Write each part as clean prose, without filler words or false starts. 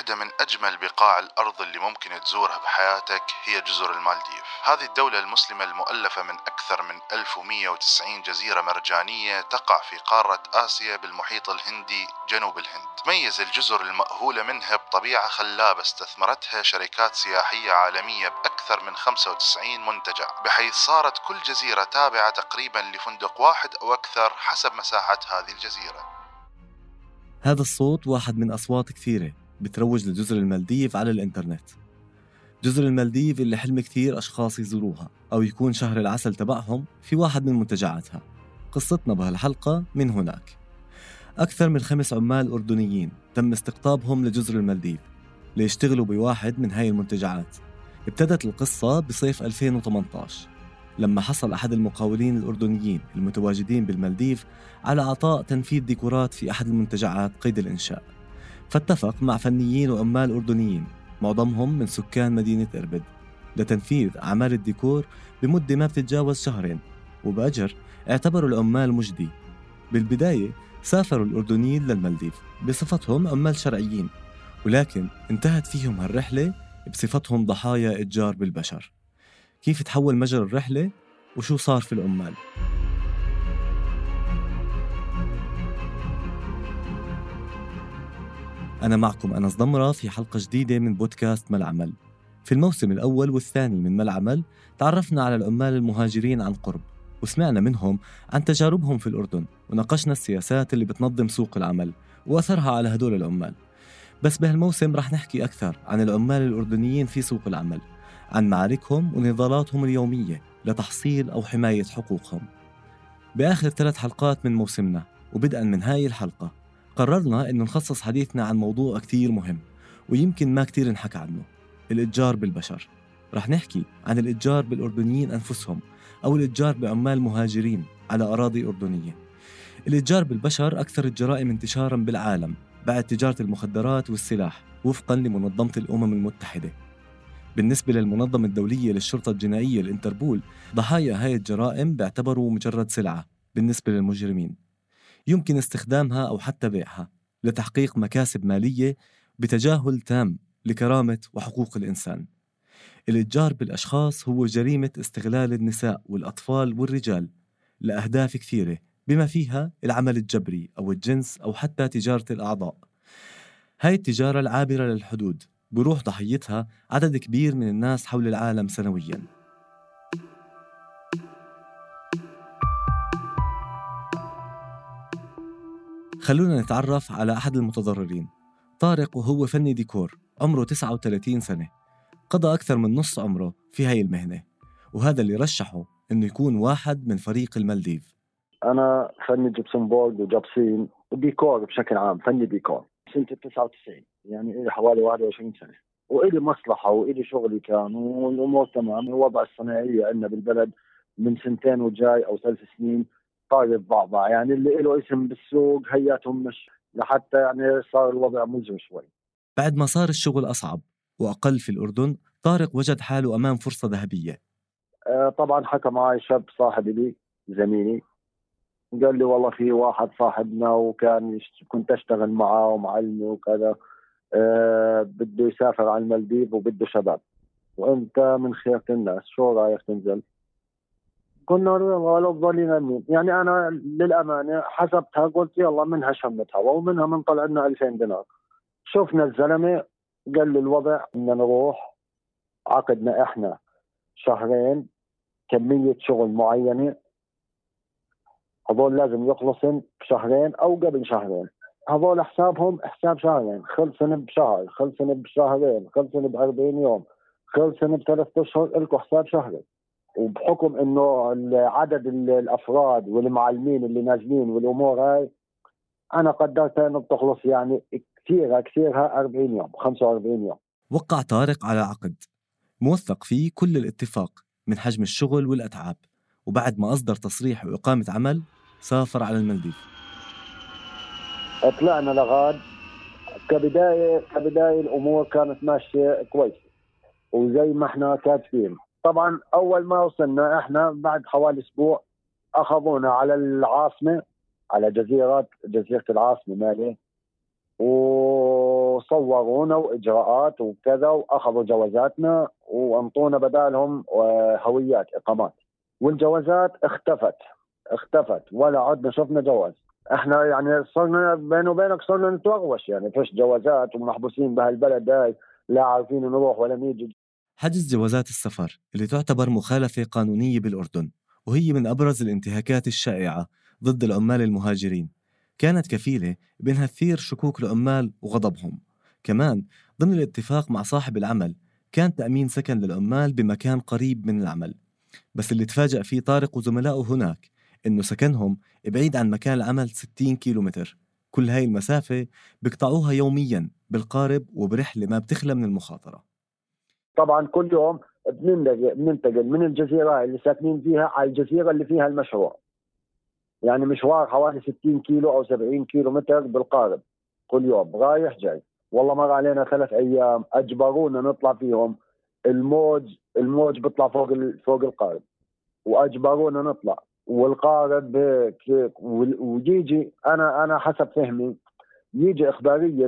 واحدة من أجمل بقاع الأرض اللي ممكن تزورها بحياتك هي جزر المالديف. هذه الدولة المسلمة المؤلفة من أكثر من 1190 جزيرة مرجانية تقع في قارة آسيا بالمحيط الهندي جنوب الهند. تميز الجزر المأهولة منها بطبيعة خلابة استثمرتها شركات سياحية عالمية بأكثر من 95 منتجع، بحيث صارت كل جزيرة تابعة تقريبا لفندق واحد أو أكثر حسب مساحة هذه الجزيرة. هذا الصوت واحد من أصوات كثيرة بتروج لجزر المالديف على الإنترنت. جزر المالديف اللي حلم كثير أشخاص يزوروها أو يكون شهر العسل تبعهم في واحد من منتجعاتها. قصتنا بهالحلقة من هناك. أكثر من 5 عمال أردنيين تم استقطابهم لجزر المالديف ليشتغلوا بواحد من هاي المنتجعات. ابتدت القصة بصيف 2018 لما حصل أحد المقاولين الأردنيين المتواجدين بالمالديف على عطاء تنفيذ ديكورات في أحد المنتجعات قيد الإنشاء، فاتفق مع فنيين وعمال أردنيين معظمهم من سكان مدينة إربد لتنفيذ أعمال الديكور بمدة ما بتتجاوز 2 شهر، وبأجر اعتبروا العمال مجدي. بالبداية سافروا الأردنيين للمالديف بصفتهم عمال شرعيين، ولكن انتهت فيهم هالرحلة بصفتهم ضحايا إتجار بالبشر. كيف تحول مجرى الرحلة وشو صار في العمال؟ أنا معكم أنس ضمرة في حلقة جديدة من بودكاست ملعمل. في الموسم الأول والثاني من ملعمل تعرفنا على العمال المهاجرين عن قرب وسمعنا منهم عن تجاربهم في الأردن، وناقشنا السياسات اللي بتنظم سوق العمل وأثرها على هدول العمال. بس بهالموسم رح نحكي أكثر عن العمال الأردنيين في سوق العمل، عن معاركهم ونضالاتهم اليومية لتحصيل أو حماية حقوقهم. بآخر 3 حلقات من موسمنا وبدءا من هاي الحلقة قررنا إنه نخصص حديثنا عن موضوع كتير مهم ويمكن ما كتير نحكى عنه: الإتجار بالبشر. رح نحكي عن الإتجار بالأردنيين أنفسهم أو الإتجار بعمال مهاجرين على أراضي أردنية. الإتجار بالبشر أكثر الجرائم انتشاراً بالعالم بعد تجارة المخدرات والسلاح وفقاً لمنظمة الأمم المتحدة. بالنسبة للمنظمة الدولية للشرطة الجنائية الانتربول، ضحايا هاي الجرائم بيعتبروا مجرد سلعة بالنسبة للمجرمين يمكن استخدامها أو حتى بيعها لتحقيق مكاسب مالية بتجاهل تام لكرامة وحقوق الإنسان. الإتجار بالأشخاص هو جريمة استغلال النساء والأطفال والرجال لأهداف كثيرة بما فيها العمل الجبري أو الجنس أو حتى تجارة الأعضاء. هاي التجارة العابرة للحدود بروح ضحيتها عدد كبير من الناس حول العالم سنوياً. خلونا نتعرف على أحد المتضررين، طارق، وهو فني ديكور عمره 39 سنة. قضى أكثر من نص عمره في هاي المهنة، وهذا اللي رشحه إنه يكون واحد من فريق المالديف. أنا فني جبسون بورد وجبسين وديكور بشكل عام، فني ديكور سنة 99، يعني إلي حوالي 21 سنة، وإلي مصلحة وإلي شغلي كان والأمور تمام. الوضع الصناعية عندنا بالبلد من 2 وجاي أو 3 سنين طايب بعضها، يعني اللي له اسم بالسوق هياتهم مش لحتى يعني صار الوضع مزعج شوي. بعد ما صار الشغل أصعب وأقل في الأردن، طارق وجد حاله أمام فرصة ذهبية. طبعا حكى معي شاب صاحبي لي زميلي، قال لي والله في واحد صاحبنا وكان كنت أشتغل معه ومعلمي وكذا، بده يسافر على المالديف وبده شباب، وأنت من خيرة الناس، شو رأيك تنزل؟ قلنا له ضلينا مين، يعني أنا للأمانة حسبتها، قلت يلا منها شمة هوا ومنها من طلع لنا 2000 دينار. شوفنا الزلمة قال لي الوضع إن نروح، عقدنا إحنا 2 شهر كمية شغل معينة، هذول لازم يخلصن ب2 أو قبل 2 هذول حسابهم حساب 2 خلصن بشهر، خلصن ب2 خلصن ب40 يوم، خلصن ب3 أشهر، إلكم حساب 2 وبحكم إنه عدد الأفراد والمعلمين اللي نازلين والأمور هاي، أنا قدرت إنه بتخلص يعني كثيرها 40 يوم 45 يوم. وقع طارق على عقد موثق فيه كل الاتفاق من حجم الشغل والأتعاب، وبعد ما أصدر تصريح وإقامة عمل سافر على المالديف. طلعنا لغاد. كبداية الأمور كانت ماشية كويس وزي ما احنا كاتبين. طبعا أول ما وصلنا احنا بعد حوالي أسبوع أخذونا على العاصمة، على جزيرة العاصمة مالي، وصار وصورونا وإجراءات وكذا، وأخذوا جوازاتنا وأنطونا بدالهم هويات إقامات، والجوازات اختفت ولا عدنا شفنا جواز. احنا يعني صرنا بيني وبينك صرنا نتوغوش، يعني فيش جوازات ومحبوسين بهالبلد هاي، لا عارفين نروح ولا نيجي. حجز جوازات السفر اللي تعتبر مخالفة قانونية بالأردن، وهي من أبرز الانتهاكات الشائعة ضد العمال المهاجرين، كانت كفيلة بأنها تثير شكوك العمال وغضبهم. كمان ضمن الاتفاق مع صاحب العمل كان تأمين سكن للعمال بمكان قريب من العمل، بس اللي تفاجأ فيه طارق وزملائه هناك إنه سكنهم بعيد عن مكان العمل 60 كيلومتر. كل هاي المسافة بيقطعوها يومياً بالقارب وبرحلة ما بتخلى من المخاطرة. طبعا كل يوم بننتقل من الجزيرة اللي ساكنين فيها على الجزيرة اللي فيها المشروع، يعني مشوار حوالي 60 كيلو أو 70 كيلو متر بالقارب كل يوم رايح جاي. والله مر علينا 3 أيام أجبرونا نطلع فيهم، الموج بيطلع فوق القارب، وأجبرونا نطلع، والقارب ويجي أنا حسب فهمي يجي إخبارية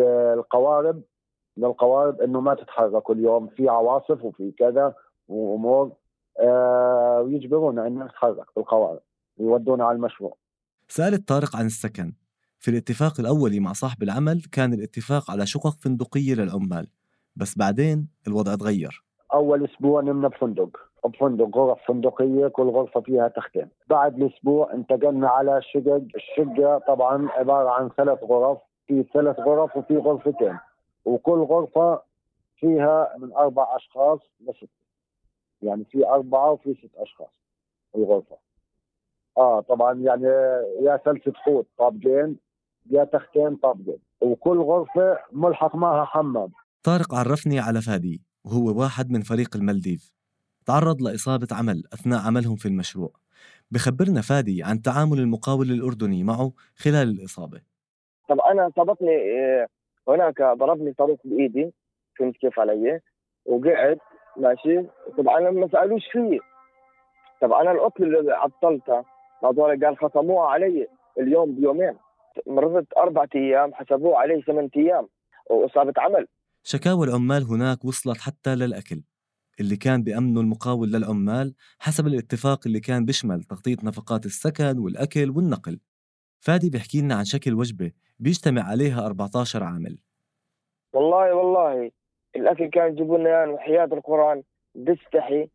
للقوارب إنه ما تتحرك كل يوم، في عواصف وفي كذا وأمور، ويجبرونا إن نتحرك بالقوارب ويودونا على المشروع. سألت طارق عن السكن. في الاتفاق الأولي مع صاحب العمل كان الاتفاق على شقق فندقية للعمال، بس بعدين الوضع تغير. أول أسبوع نمنا بفندق غرف فندقية، كل غرفة فيها تختين. بعد الأسبوع انتقلنا على الشقة طبعا عبارة عن 3 غرف، في 3 غرف وفي غرفتين، وكل غرفة فيها من 4 أشخاص ل6، يعني في 4 وفي 6 أشخاص الغرفة. طبعا يعني يا سلسة حوض طابقين يا تختين طابقين، وكل غرفة ملحق معها حمام. طارق عرفني على فادي، وهو واحد من فريق المالديف، تعرض لإصابة عمل أثناء عملهم في المشروع. بخبرنا فادي عن تعامل المقاول الأردني معه خلال الإصابة. طب أنا صابتني هناك، ضربني طرف بإيدي، فهمت كيف علي، وقعد ماشي. طبعا أنا ما سألوش فيه، طب أنا القطل اللي عطلتها هذول قال خصموها علي اليوم بيومين، مرضت 4 أيام حسبوه علي 8 أيام وإصابة عمل. شكاوى العمال هناك وصلت حتى للأكل اللي كان بأمنه المقاول للعمال حسب الاتفاق اللي كان بيشمل تغطية نفقات السكن والأكل والنقل. فادي بيحكي لنا عن شكل وجبة بيجتمع عليها 14 عامل. والله الأكل كان يجيبوا لنا يعني وحياة القرآن بيستحي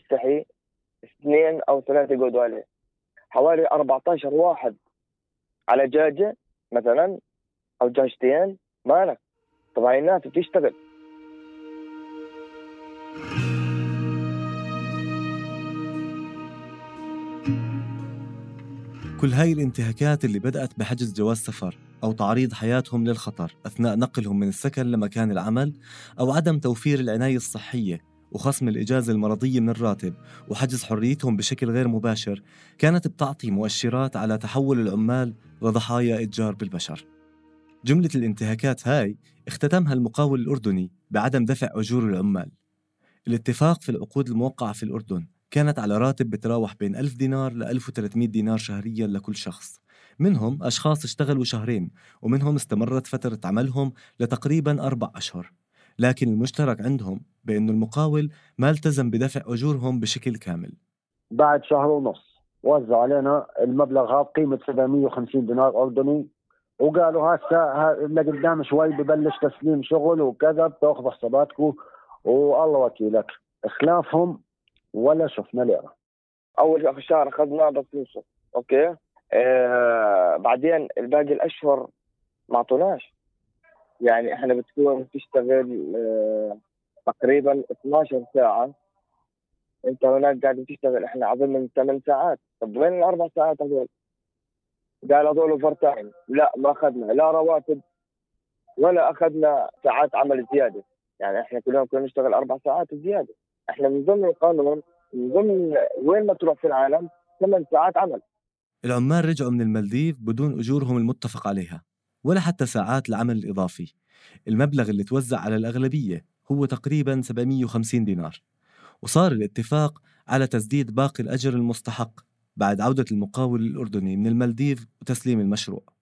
2 أو 3 يقعدوا عليه، حوالي 14 واحد على دجاجة مثلا أو دجاجتين مالك. طبعا الناس بتشتغل. كل هاي الانتهاكات اللي بدأت بحجز جواز سفر أو تعريض حياتهم للخطر أثناء نقلهم من السكن لمكان العمل، أو عدم توفير العناية الصحية وخصم الإجازة المرضية من الراتب وحجز حريتهم بشكل غير مباشر، كانت بتعطي مؤشرات على تحول العمال لضحايا إتجار بالبشر. جملة الانتهاكات هاي اختتمها المقاول الأردني بعدم دفع أجور العمال. الاتفاق في العقود الموقعة في الأردن كانت على راتب بتراوح بين 1000 دينار ل 1300 دينار شهرياً لكل شخص. منهم أشخاص اشتغلوا 2 ومنهم استمرت فترة عملهم لتقريباً 4 أشهر، لكن المشترك عندهم بأنه المقاول ما التزم بدفع أجورهم بشكل كامل. بعد 1.5 شهر وزع علينا المبلغ هذا قيمة 750 دينار أردني، وقالوا هسه لقدام شوي ببلش تسليم شغل وكذا، بتاخذوا حساباتكم والله وكيلك. خلافهم ولا شفنا ليرة. أول شهر أخذنا بس نصف، أوكي. بعدين الباقي الأشهر ما عطوناش. يعني إحنا بتكون تشتغل تقريبا 12 ساعة، أنت هناك قاعد تشتغل إحنا عظم من 8 ساعات. طب وين ال4 ساعات هذول؟ قال هذول اوفر تايم. لا ما أخذنا لا رواتب ولا أخذنا ساعات عمل زيادة. يعني إحنا كل يوم كنا نشتغل 4 ساعات زيادة. إحنا من ضمن القانون، من ضمن وين ما تروح في العالم 8 ساعات عمل. العمال رجعوا من المالديف بدون أجورهم المتفق عليها ولا حتى ساعات العمل الإضافي. المبلغ اللي توزع على الأغلبية هو تقريباً 750 دينار، وصار الاتفاق على تسديد باقي الأجر المستحق بعد عودة المقاول الأردني من المالديف وتسليم المشروع.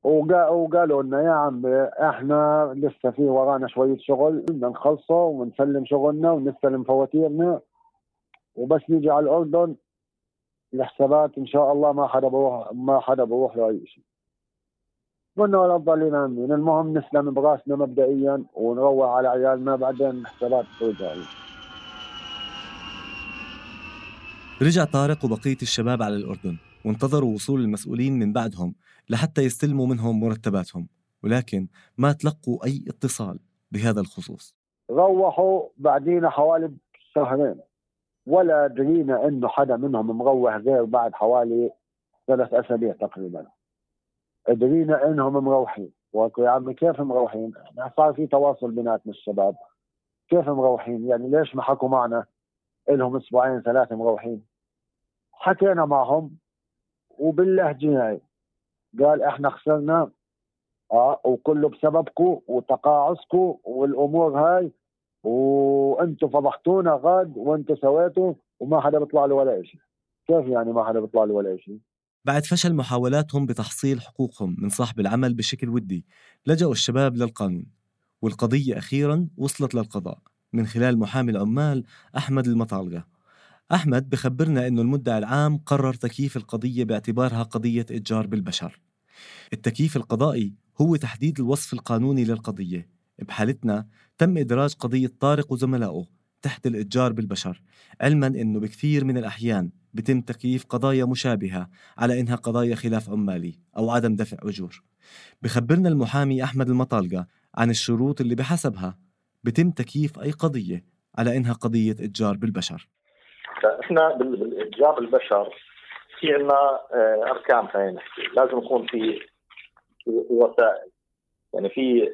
وقالوا لنا يا عم احنا لسه في ورانا شويه شغل بدنا نخلصه ونسلم شغلنا ونستلم فواتيرنا وبس نيجي على الاردن الحسابات ان شاء الله ما حدا بروح له اي شيء. قلنا ولا تضلين عاملين، المهم نسلم براسنا مبدئيا ونروح على عيالنا بعدين الحسابات ترجع. رجع طارق وبقية الشباب على الأردن وانتظروا وصول المسؤولين من بعدهم لحتى يستلموا منهم مرتباتهم، ولكن ما تلقوا أي اتصال بهذا الخصوص. روحوا بعدين حوالي شهرين ولا درينا انه حدا منهم مروح غير بعد حوالي 3 أسابيع تقريبا. درينا انهم مروحين. وقلت يا عمي كيف مروحين؟ صار في تواصل بيناتنا الشباب، كيف مروحين؟ يعني ليش ما حكوا معنا؟ لهم 2 3 مروحين. حكينا معهم وباللهجة هاي قال احنا خسرنا وكله بسببكم وتقاعسكم والامور هاي، وانتم فضحتونا غاد وانتم سويتوا وما حدا بيطلع له ولا شيء. كيف يعني ما حدا بيطلع له ولا شيء؟ بعد فشل محاولاتهم بتحصيل حقوقهم من صاحب العمل بشكل ودي، لجأوا الشباب للقانون، والقضية أخيراً وصلت للقضاء من خلال محامي العمال أحمد المطالقة. أحمد بخبرنا إنه المدعي العام قرر تكييف القضية باعتبارها قضية إتجار بالبشر. التكييف القضائي هو تحديد الوصف القانوني للقضية. بحالتنا تم إدراج قضية طارق وزملائه تحت الإتجار بالبشر، علماً إنه بكثير من الأحيان بتم تكييف قضايا مشابهة على إنها قضايا خلاف عمالي أو عدم دفع أجور. بخبرنا المحامي أحمد المطالقة عن الشروط اللي بحسبها بتم تكييف أي قضية على إنها قضية إتجار بالبشر. احنا بالإتجار بالبشر في عنا أركان، خلينا نحكي لازم يكون في وسائل، يعني في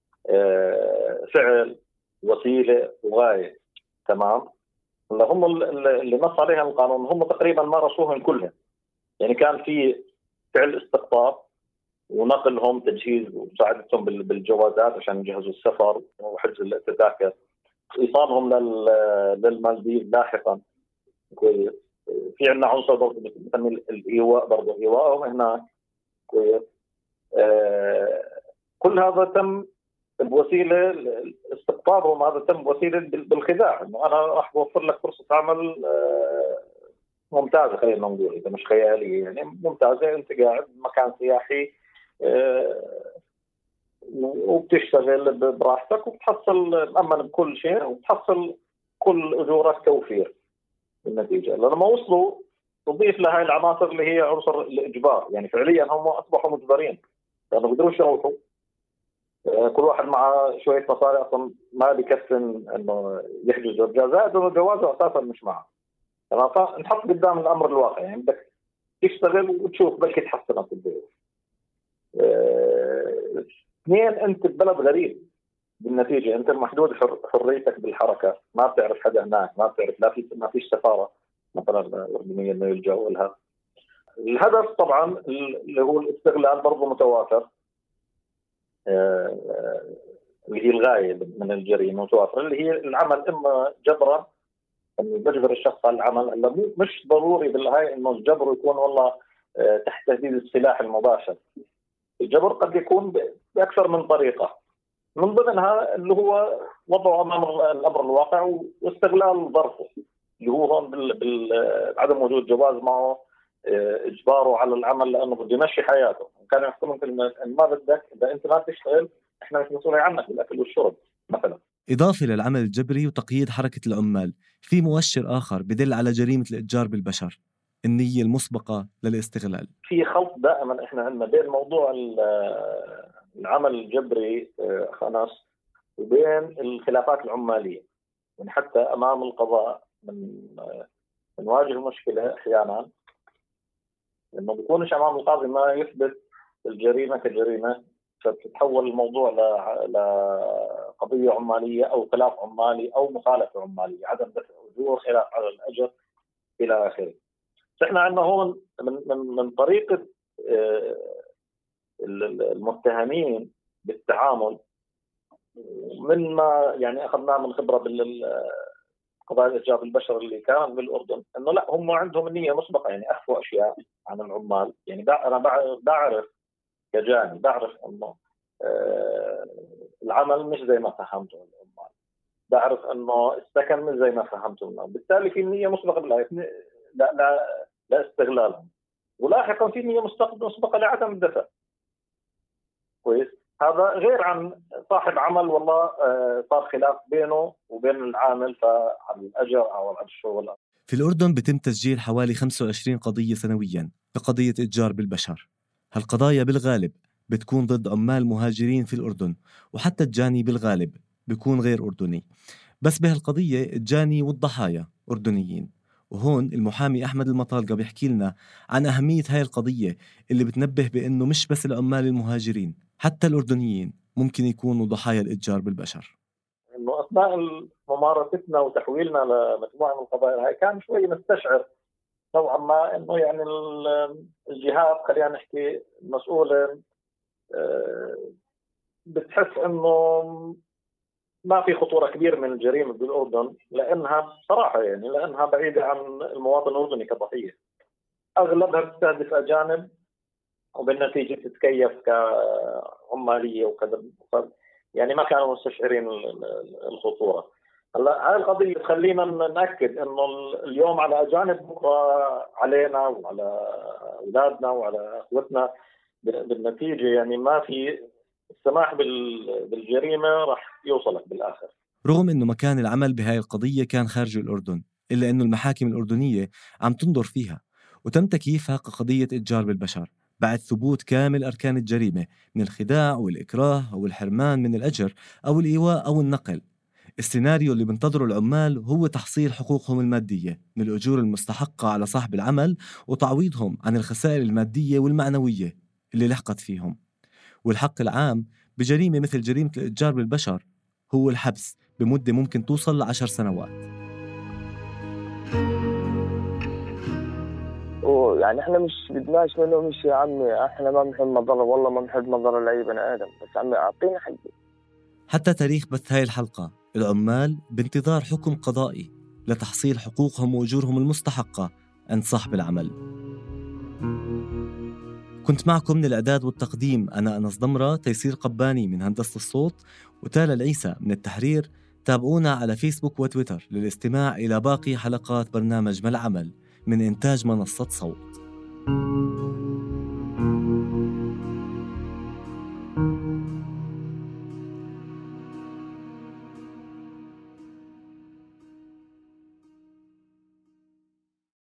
فعل وسيلة وغاية. تمام. هم اللي نص عليها القانون هم تقريبا مارسوهم كلها. يعني كان في فعل استقطاب ونقلهم تجهيز ومساعدتهم بالجوازات عشان يجهزوا السفر وحجز التذاكر، إيصالهم للمالديف لاحقا. كويس. في عندنا عنصر برضه بنسميه الإيواء، برضه إيواءهم هناك. كويس. كل هذا تم بوسيلة استقطابهم، هذا تم بوسيلة بالخداع، إنه أنا راح بوفر لك فرصة عمل ممتازة، خلينا نقول إذا مش خيالية، يعني ممتازة. أنت قاعد مكان سياحي وبتشتغل براحتك وبتحصل مأمن بكل شيء وبتحصل كل أجورك توفير النتيجة. لما وصلوا تضيف لهاي العناصر اللي هي عنصر الإجبار، يعني فعليا هم أصبحوا مجبرين لأنه بيقدروش يروحوا. كل واحد مع شوية مصاري أصلا ما بيكفي إنه يحجز الجوازات، إنه جوازه أساسا مش معه. فنحط قدام الأمر الواقع، يعني بدك تشتغل وتشوف بلكي تحسنك الظروف. 2 أنت ببلد غريب بالنتيجة، أنت محدود حريتك بالحركة، ما بتعرف حدا هناك، ما بتعرف ما فيش سفارة مثلا أردنية إنه يلجأوا لها. الهدف طبعا اللي هو الاستغلال برضه متوافر، اللي هي الغاية من الجريمة متوافرة، اللي هي العمل إما جبرا، إنه بجبر الشخص على العمل. مش ضروري بالهاي إنه الجبر يكون والله تحت تهديد السلاح المباشر. الجبر قد يكون بأكثر من طريقة، من ضمنها اللي هو وضعه أمام الأمر الواقع واستغلال ظرفه، اللي هو هون بعدم وجود جواز معه، إجباره على العمل لأنه بده يمشي حياته. كان يحكمون إن ما بدك، إذا أنت ما تشتغل إحنا مش مسؤولين عنك بالأكل والشرب مثلا. إضافة للعمل الجبري وتقييد حركة العمال، في مؤشر آخر بدل على جريمة الإتجار بالبشر: النية المسبقة للاستغلال. في خلط دائما إحنا عندنا بين موضوع العمل الجبري خناس وبين الخلافات العمالية. يعني حتى أمام القضاء بنواجه مشكلة أحيانا إنه بيكونش أمام القاضي ما يثبت الجريمة كجريمة، فتتحول الموضوع لقضية عمالية أو خلاف عمالي أو مخالفة عمالية، عدم دفع أجور، خلاف على الأجر إلى آخره. فإحنا عندنا هون من طريقة المتهمين بالتعامل، من ما يعني أخذناه من خبرة قضايا الإتجار بالبشر اللي كانت بالأردن، إنه لا هم عندهم النية مسبقة، يعني أخفوا أشياء عن العمال. يعني أنا بعرف كجاني بعرف انه العمل مش زي ما فهمته العمال، بعرف انه السكن مش زي ما فهمته الناس، بالتالي في نيه مسبقه لا استغلالهم، ولاحقا في نيه مسبقه لعدم الدفع. كويس. هذا غير عن صاحب عمل والله صار خلاف بينه وبين العامل فعلى الاجر او على الشغل. في الأردن بتم تسجيل حوالي 25 قضية سنوياً بقضية إتجار بالبشر. هالقضايا بالغالب بتكون ضد عمال مهاجرين في الأردن، وحتى الجاني بالغالب بيكون غير أردني، بس بهالقضية الجاني والضحايا أردنيين. وهون المحامي أحمد المطالقة بيحكي لنا عن أهمية هاي القضية اللي بتنبه بأنه مش بس العمال المهاجرين، حتى الأردنيين ممكن يكونوا ضحايا الإتجار بالبشر. انه اثناء ممارستنا وتحويلنا لمجموعه من القضايا هاي كان شوي نستشعر نوعا ما انه يعني الجهات خلينا نحكي مسؤوله بتحس انه ما في خطوره كبيره من الجريمه بالاردن، لانها صراحه يعني لانها بعيده عن المواطن الاردني كضحيه. اغلبها بتستهدف اجانب وبالنتيجه تتكيف كعماليه وكذا، يعني ما كانوا مستشعرين الخطوره. هلا هاي القضيه تخلينا ناكد انه اليوم على اجانب بكره علينا وعلى اولادنا وعلى اخوتنا، بالنتيجه يعني ما في السماح بالجريمه راح يوصلك بالاخر. رغم انه مكان العمل بهاي القضيه كان خارج الاردن، الا انه المحاكم الاردنيه عم تنظر فيها وتم تكييفها كقضيه اتجار بالبشر بعد ثبوت كامل اركان الجريمه من الخداع والاكراه او الحرمان من الاجر او الايواء او النقل. السيناريو اللي بنتظره العمال هو تحصيل حقوقهم المادية من الأجور المستحقة على صاحب العمل وتعويضهم عن الخسائر المادية والمعنوية اللي لحقت فيهم. والحق العام بجريمة مثل جريمة الإتجار بالبشر هو الحبس بمدة ممكن توصل ل10 سنوات. يعني احنا مش بدناش منه مش يا عمي، احنا ما بنحب مضر، والله ما بنحب مضر لاي بني ادم، بس عمي اعطينا حقي. حتى تاريخ بث هاي الحلقة العمال بانتظار حكم قضائي لتحصيل حقوقهم وأجورهم المستحقة عند صاحب العمل. كنت معكم من الإعداد والتقديم أنا أنس ضمرة، تيسير قباني من هندسة الصوت، وتالا العيسى من التحرير. تابعونا على فيسبوك وتويتر للاستماع إلى باقي حلقات برنامج ملعمل من إنتاج منصة صوت.